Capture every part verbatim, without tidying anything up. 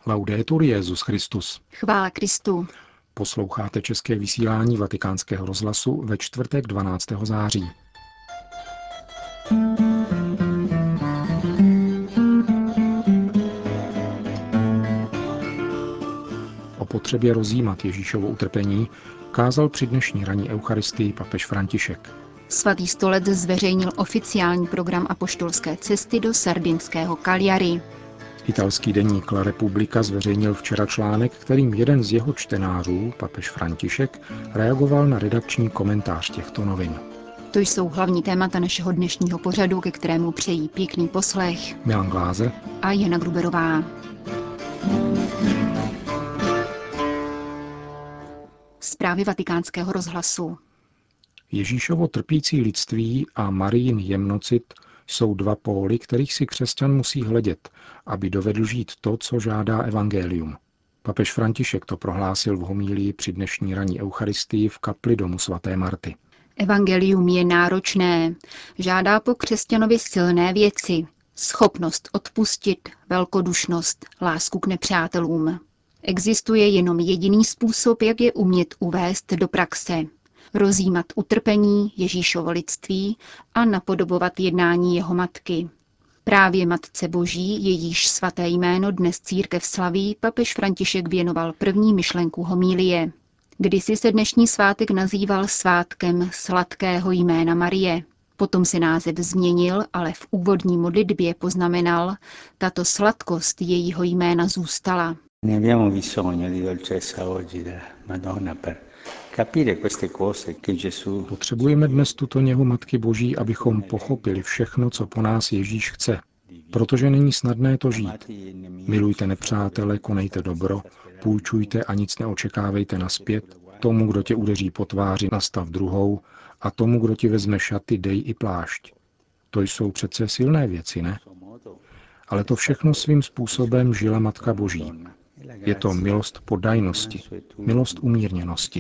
Laudetur Jesus Christus. Chvála Kristu. Posloucháte české vysílání Vatikánského rozhlasu ve čtvrtek dvanáctého září. O potřebě rozjímat Ježíšovo utrpení kázal při dnešní ranní eucharistii papež František. Svatý stolec zveřejnil oficiální program apoštolské cesty do sardinského Cagliari. Italský deník La Repubblica zveřejnil včera článek, kterým jeden z jeho čtenářů, papež František, reagoval na redakční komentář těchto novin. To jsou hlavní témata našeho dnešního pořadu, ke kterému přejí pěkný poslech Milan Glázer a Jana Gruberová. Zprávy Vatikánského rozhlasu. Ježíšovo trpící lidství a Marijin jemnocit jsou dva póly, kterých si křesťan musí hledět, aby dovedl žít to, co žádá evangelium. Papež František to prohlásil v homílii při dnešní ranní eucharistii v kapli domu svaté Marty. Evangelium je náročné, žádá po křesťanovi silné věci, schopnost odpustit, velkodušnost, lásku k nepřátelům. Existuje jenom jediný způsob, jak je umět uvést do praxe. Rozjímat utrpení Ježíšovo lidství a napodobovat jednání jeho matky. Právě Matce Boží, jejíž svaté jméno dnes církev slaví, papež František věnoval první myšlenku homílie. Kdysi se dnešní svátek nazýval svátkem sladkého jména Marie. Potom se název změnil, ale v úvodní modlitbě poznamenal, tato sladkost jejího jména zůstala. Potřebujeme dnes tuto něhu Matky Boží, abychom pochopili všechno, co po nás Ježíš chce, protože není snadné to žít. Milujte nepřátele, konejte dobro, půjčujte a nic neočekávejte nazpět, tomu, kdo tě udeří po tváři, nastav druhou, a tomu, kdo ti vezme šaty, dej i plášť. To jsou přece silné věci, ne? Ale to všechno svým způsobem žila Matka Boží. Je to milost podajnosti, milost umírněnosti.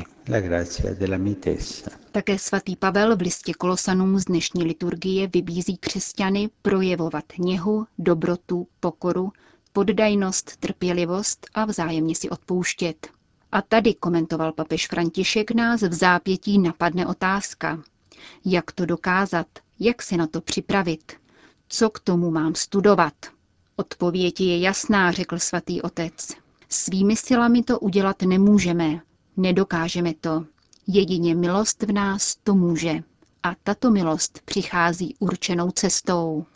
Také svatý Pavel v listě Kolosanům z dnešní liturgie vybízí křesťany projevovat něhu, dobrotu, pokoru, poddajnost, trpělivost a vzájemně si odpouštět. A tady, komentoval papež František, nás v zápětí napadne otázka. Jak to dokázat? Jak se na to připravit? Co k tomu mám studovat? Odpověď je jasná, řekl svatý otec. Svými silami to udělat nemůžeme, nedokážeme to. Jedině milost v nás to může. A tato milost přichází určenou cestou.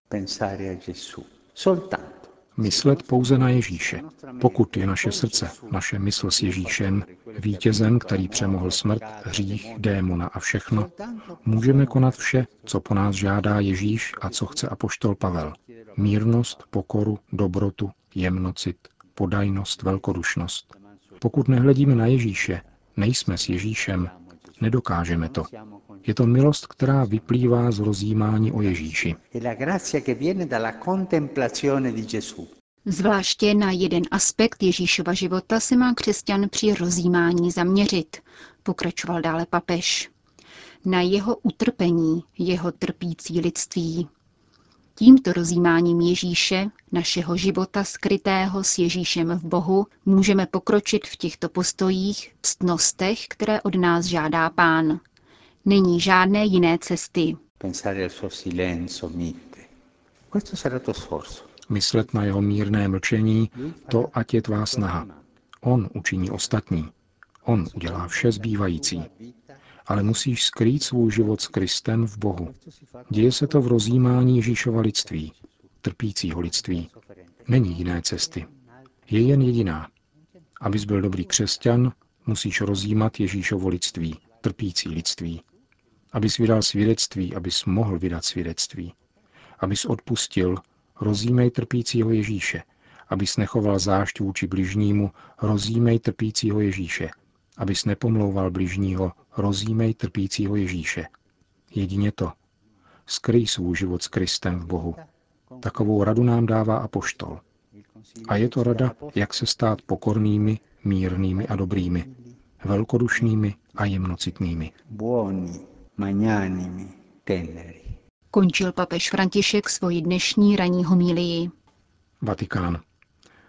Myslet pouze na Ježíše. Pokud je naše srdce, naše mysl s Ježíšem, vítězem, který přemohl smrt, hřích, démona a všechno, můžeme konat vše, co po nás žádá Ježíš a co chce apoštol Pavel. Mírnost, pokoru, dobrotu, jemnocit, podajnost, velkodušnost. Pokud nehledíme na Ježíše, nejsme s Ježíšem, nedokážeme to. Je to milost, která vyplývá z rozjímání o Ježíši. Zvláště na jeden aspekt Ježíšova života se má křesťan při rozjímání zaměřit, pokračoval dále papež. Na jeho utrpení, jeho trpící lidství. Tímto rozjímáním Ježíše, našeho života skrytého s Ježíšem v Bohu, můžeme pokročit v těchto postojích, ctnostech, které od nás žádá Pán. Není žádné jiné cesty. Myslet na jeho mírné mlčení, to ať je tvá snaha. On učiní ostatní. On udělá vše zbývající. Ale musíš skrýt svůj život s Kristem v Bohu. Děje se to v rozjímání Ježíšova lidství, trpícího lidství. Není jiné cesty. Je jen jediná. Abys byl dobrý křesťan, musíš rozjímat Ježíšovo lidství, trpící lidství. Abys vydal svědectví, abys mohl vydat svědectví. Abys odpustil, rozjímej trpícího Ježíše. Abys nechoval zášť vůči bližnímu, rozjímej trpícího Ježíše. Abys nepomlouval bližního, rozjímej trpícího Ježíše. Jedině to. Skryj svůj život s Kristem v Bohu. Takovou radu nám dává apoštol. A je to rada, jak se stát pokornými, mírnými a dobrými, velkodušnými a jemnocitnými. Končil papež František svoji dnešní ranní homílii. Vatikán.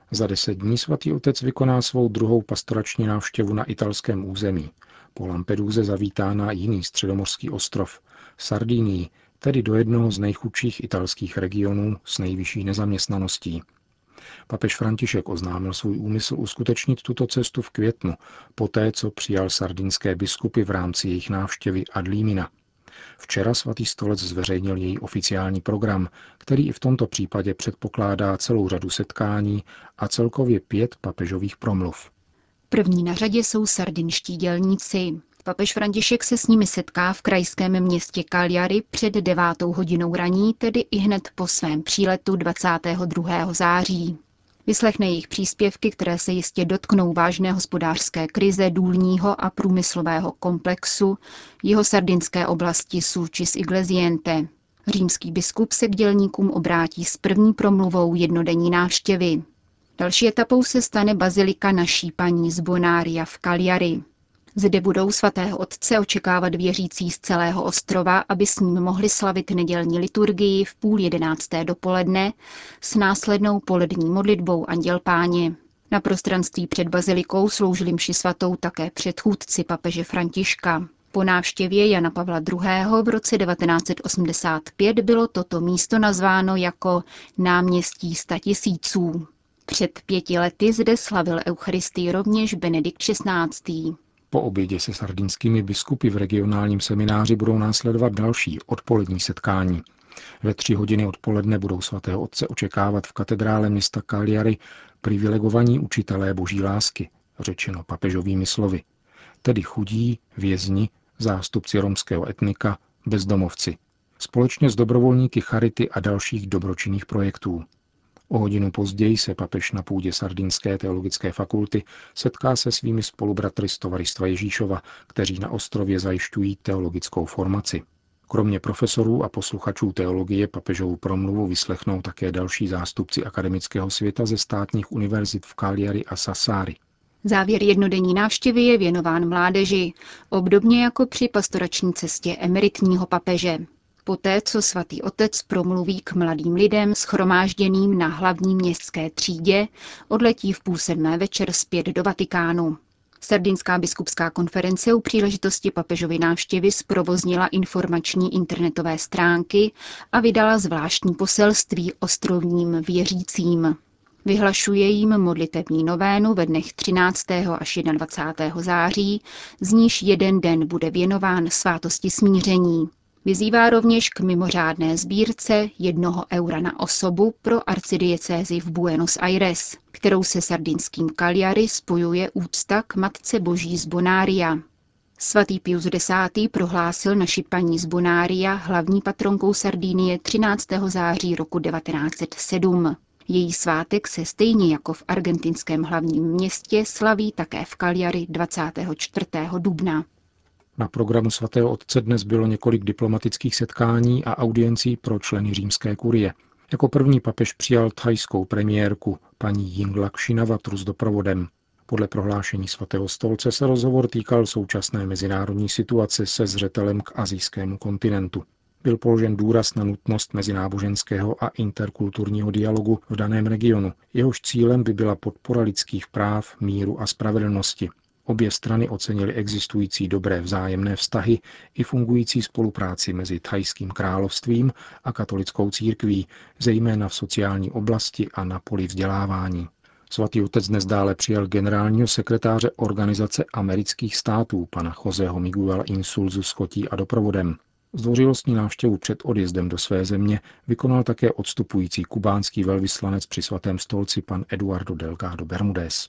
Za deset dní svatý otec vykoná svou druhou pastorační návštěvu na italském území. Po Lampeduze zavítá na jiný středomořský ostrov, Sardinii, tedy do jednoho z nejchudších italských regionů s nejvyšší nezaměstnaností. Papež František oznámil svůj úmysl uskutečnit tuto cestu v květnu, poté co přijal sardinské biskupy v rámci jejich návštěvy ad limina. Včera svatý stolec zveřejnil její oficiální program, který i v tomto případě předpokládá celou řadu setkání a celkově pět papežových promluv. První na řadě jsou sardinští dělníci. Papež František se s nimi setká v krajském městě Cagliari před devátou hodinou raní, tedy ihned po svém příletu dvacátého druhého září. Vyslechne jejich příspěvky, které se jistě dotknou vážné hospodářské krize důlního a průmyslového komplexu jeho sardinské oblasti Sulcis Iglesiente. Římský biskup se k dělníkům obrátí s první promluvou jednodenní návštěvy. Další etapou se stane bazilika Naší paní z Bonaria v Cagliari. Zde budou svatého otce očekávat věřící z celého ostrova, aby s ním mohli slavit nedělní liturgii v půl jedenácté dopoledne s následnou polední modlitbou Anděl Páně. Na prostranství před bazilikou sloužili mši svatou také předchůdci papeže Františka. Po návštěvě Jana Pavla druhého. v roce devatenáct set osmdesát pět bylo toto místo nazváno jako náměstí statisíců. Před pěti lety zde slavil Eucharistii rovněž Benedikt šestnáctý. Po obědě se sardinskými biskupy v regionálním semináři budou následovat další odpolední setkání. Ve tři hodiny odpoledne budou svatého otce očekávat v katedrále města Cagliari privilegovaní učitelé boží lásky, řečeno papežovými slovy, tedy chudí, vězni, zástupci romského etnika, bezdomovci, společně s dobrovolníky charity a dalších dobročinných projektů. O hodinu později se papež na půdě Sardinské teologické fakulty setká se svými spolubratry z Tovaristva Ježíšova, kteří na ostrově zajišťují teologickou formaci. Kromě profesorů a posluchačů teologie papežovu promluvu vyslechnou také další zástupci akademického světa ze státních univerzit v Cagliari a Sassari. Závěr jednodenní návštěvy je věnován mládeži, obdobně jako při pastorační cestě emeritního papeže. Poté, co svatý otec promluví k mladým lidem shromážděným na hlavní městské třídě, odletí v půl sedmé večer zpět do Vatikánu. Sardinská biskupská konference u příležitosti papežovy návštěvy zprovoznila informační internetové stránky a vydala zvláštní poselství ostrovním věřícím. Vyhlašuje jim modlitební novénu ve dnech třináctého až dvacátého prvního září, z níž jeden den bude věnován svátosti smíření. Vyzývá rovněž k mimořádné sbírce jednoho eura na osobu pro arcidiecézi v Buenos Aires, kterou se sardinským Cagliari spojuje úcta k Matce Boží z Bonaria. Svatý Pius desátý. prohlásil naši paní z Bonaria hlavní patronkou Sardinie třináctého září roku devatenáct set sedm. Její svátek se stejně jako v argentinském hlavním městě slaví také v Cagliari dvacátého čtvrtého dubna. Na programu svatého otce dnes bylo několik diplomatických setkání a audiencí pro členy římské kurie. Jako první papež přijal thajskou premiérku paní Yingluck Shinawatru s doprovodem. Podle prohlášení svatého stolce se rozhovor týkal současné mezinárodní situace se zřetelem k asijskému kontinentu. Byl položen důraz na nutnost mezináboženského a interkulturního dialogu v daném regionu. Jehož cílem by byla podpora lidských práv, míru a spravedlnosti. Obě strany ocenily existující dobré vzájemné vztahy i fungující spolupráci mezi Thajským královstvím a katolickou církví, zejména v sociální oblasti a na poli vzdělávání. Svatý otec dnes dále přijal generálního sekretáře Organizace amerických států, pana Joseho Miguela Insulzu s chotí a doprovodem. Zdvořilostní návštěvu před odjezdem do své země vykonal také odstupující kubánský velvyslanec při svatém stolci pan Eduardo Delgado Bermudez.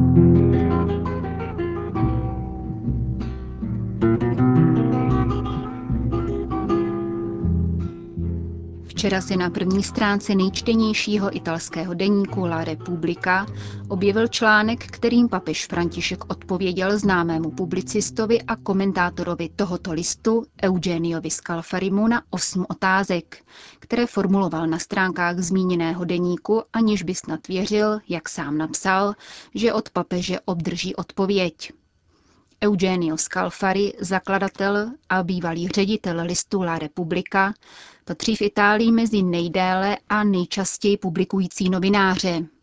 Včera se na první stránce nejčtenějšího italského deníku La Repubblica objevil článek, kterým papež František odpověděl známému publicistovi a komentátorovi tohoto listu Eugeniovi Scalfarimu na osm otázek, které formuloval na stránkách zmíněného deníku, aniž by snad věřil, jak sám napsal, že od papeže obdrží odpověď. Eugenio Scalfari, zakladatel a bývalý ředitel listu La Repubblica, patří v Itálii mezi nejdéle a nejčastěji publikující novináře.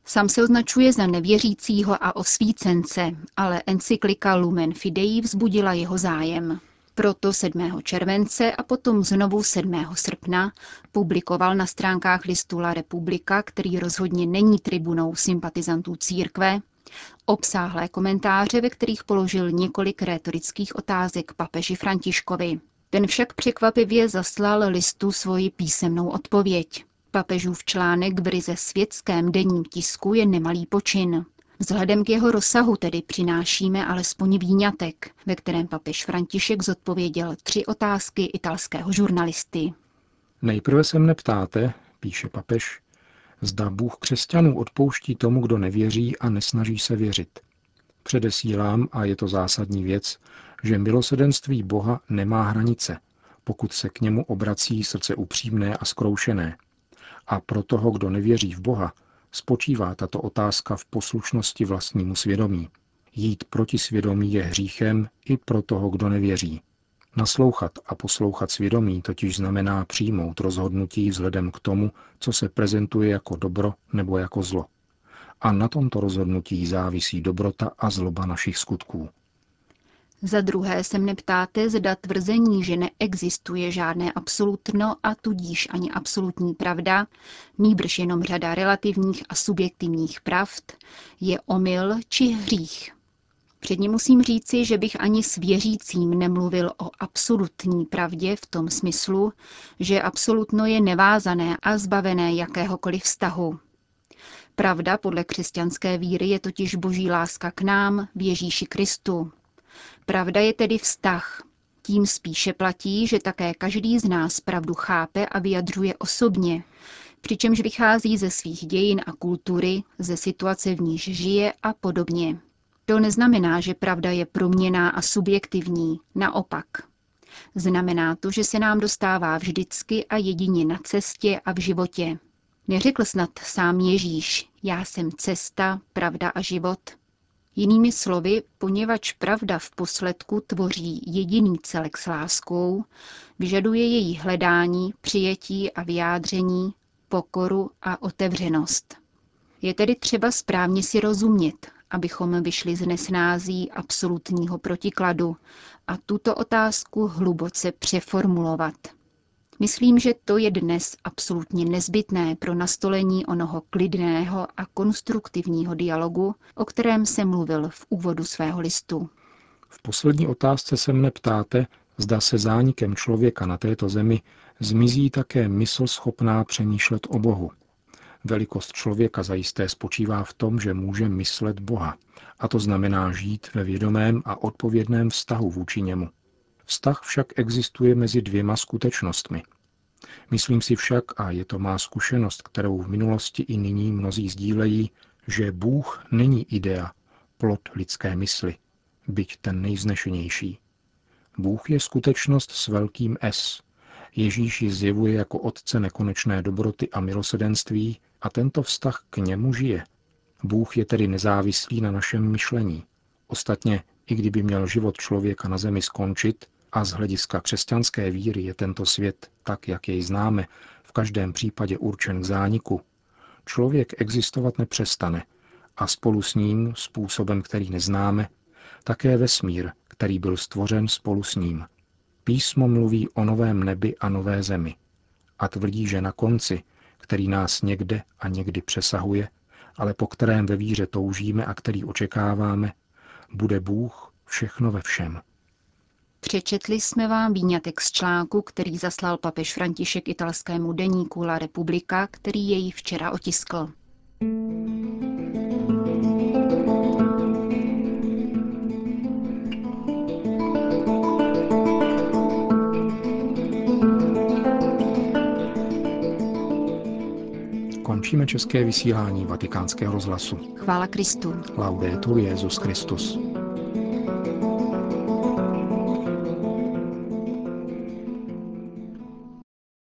Sám se označuje za nevěřícího a osvícence, ale encyklika Lumen Fidei vzbudila jeho zájem. Proto sedmého července a potom znovu sedmého srpna publikoval na stránkách listu La Repubblica, který rozhodně není tribunou sympatizantů církve, obsáhlé komentáře, ve kterých položil několik rétorických otázek papeži Františkovi. Ten však překvapivě zaslal listu svoji písemnou odpověď. Papežův článek v ryze světském denním tisku je nemalý počin. Vzhledem k jeho rozsahu tedy přinášíme alespoň výňatek, ve kterém papež František zodpověděl tři otázky italského žurnalisty. Nejprve se mne ptáte, píše papež, zda Bůh křesťanů odpouští tomu, kdo nevěří a nesnaží se věřit. Předesílám, a je to zásadní věc, že milosedenství Boha nemá hranice, pokud se k němu obrací srdce upřímné a zkroušené. A pro toho, kdo nevěří v Boha, spočívá tato otázka v poslušnosti vlastnímu svědomí. Jít proti svědomí je hříchem i pro toho, kdo nevěří. Naslouchat a poslouchat svědomí totiž znamená přijmout rozhodnutí vzhledem k tomu, co se prezentuje jako dobro nebo jako zlo. A na tomto rozhodnutí závisí dobrota a zloba našich skutků. Za druhé se mne ptáte, zda tvrzení, že neexistuje žádné absolutno a tudíž ani absolutní pravda, nýbrž jenom řada relativních a subjektivních pravd, je omyl či hřích. Předně musím říci, že bych ani s věřícím nemluvil o absolutní pravdě v tom smyslu, že absolutno je nevázané a zbavené jakéhokoliv vztahu. Pravda podle křesťanské víry je totiž boží láska k nám v Ježíši Kristu. Pravda je tedy vztah. Tím spíše platí, že také každý z nás pravdu chápe a vyjadřuje osobně, přičemž vychází ze svých dějin a kultury, ze situace, v níž žije a podobně. To neznamená, že pravda je proměnná a subjektivní, naopak. Znamená to, že se nám dostává vždycky a jedině na cestě a v životě. Neřekl snad sám Ježíš, já jsem cesta, pravda a život? Jinými slovy, poněvadž pravda v posledku tvoří jediný celek s láskou, vyžaduje její hledání, přijetí a vyjádření, pokoru a otevřenost. Je tedy třeba správně si rozumět, abychom vyšli z nesnází absolutního protikladu a tuto otázku hluboce přeformulovat. Myslím, že to je dnes absolutně nezbytné pro nastolení onoho klidného a konstruktivního dialogu, o kterém jsem mluvil v úvodu svého listu. V poslední otázce se mne ptáte, zda se zánikem člověka na této zemi zmizí také mysl schopná přemýšlet o Bohu. Velikost člověka zajisté spočívá v tom, že může myslet Boha, a to znamená žít ve vědomém a odpovědném vztahu vůči němu. Vztah však existuje mezi dvěma skutečnostmi. Myslím si však, a je to má zkušenost, kterou v minulosti i nyní mnozí sdílejí, že Bůh není idea, plod lidské mysli, byť ten nejvznešenější. Bůh je skutečnost s velkým S. Ježíš ji zjevuje jako Otce nekonečné dobroty a milosedenství a tento vztah k němu žije. Bůh je tedy nezávislý na našem myšlení. Ostatně, i kdyby měl život člověka na zemi skončit, a z hlediska křesťanské víry je tento svět, tak jak jej známe, v každém případě určen k zániku, člověk existovat nepřestane a spolu s ním, způsobem, který neznáme, také vesmír, který byl stvořen spolu s ním. Písmo mluví o novém nebi a nové zemi a tvrdí, že na konci, který nás někde a někdy přesahuje, ale po kterém ve víře toužíme a který očekáváme, bude Bůh všechno ve všem. Přečetli jsme vám výňatek z článku, který zaslal papež František italskému deníku La Repubblica, který jej včera otiskl. Končíme české vysílání Vatikánského rozhlasu. Chvála Kristu. Laudetur Jesus Christus.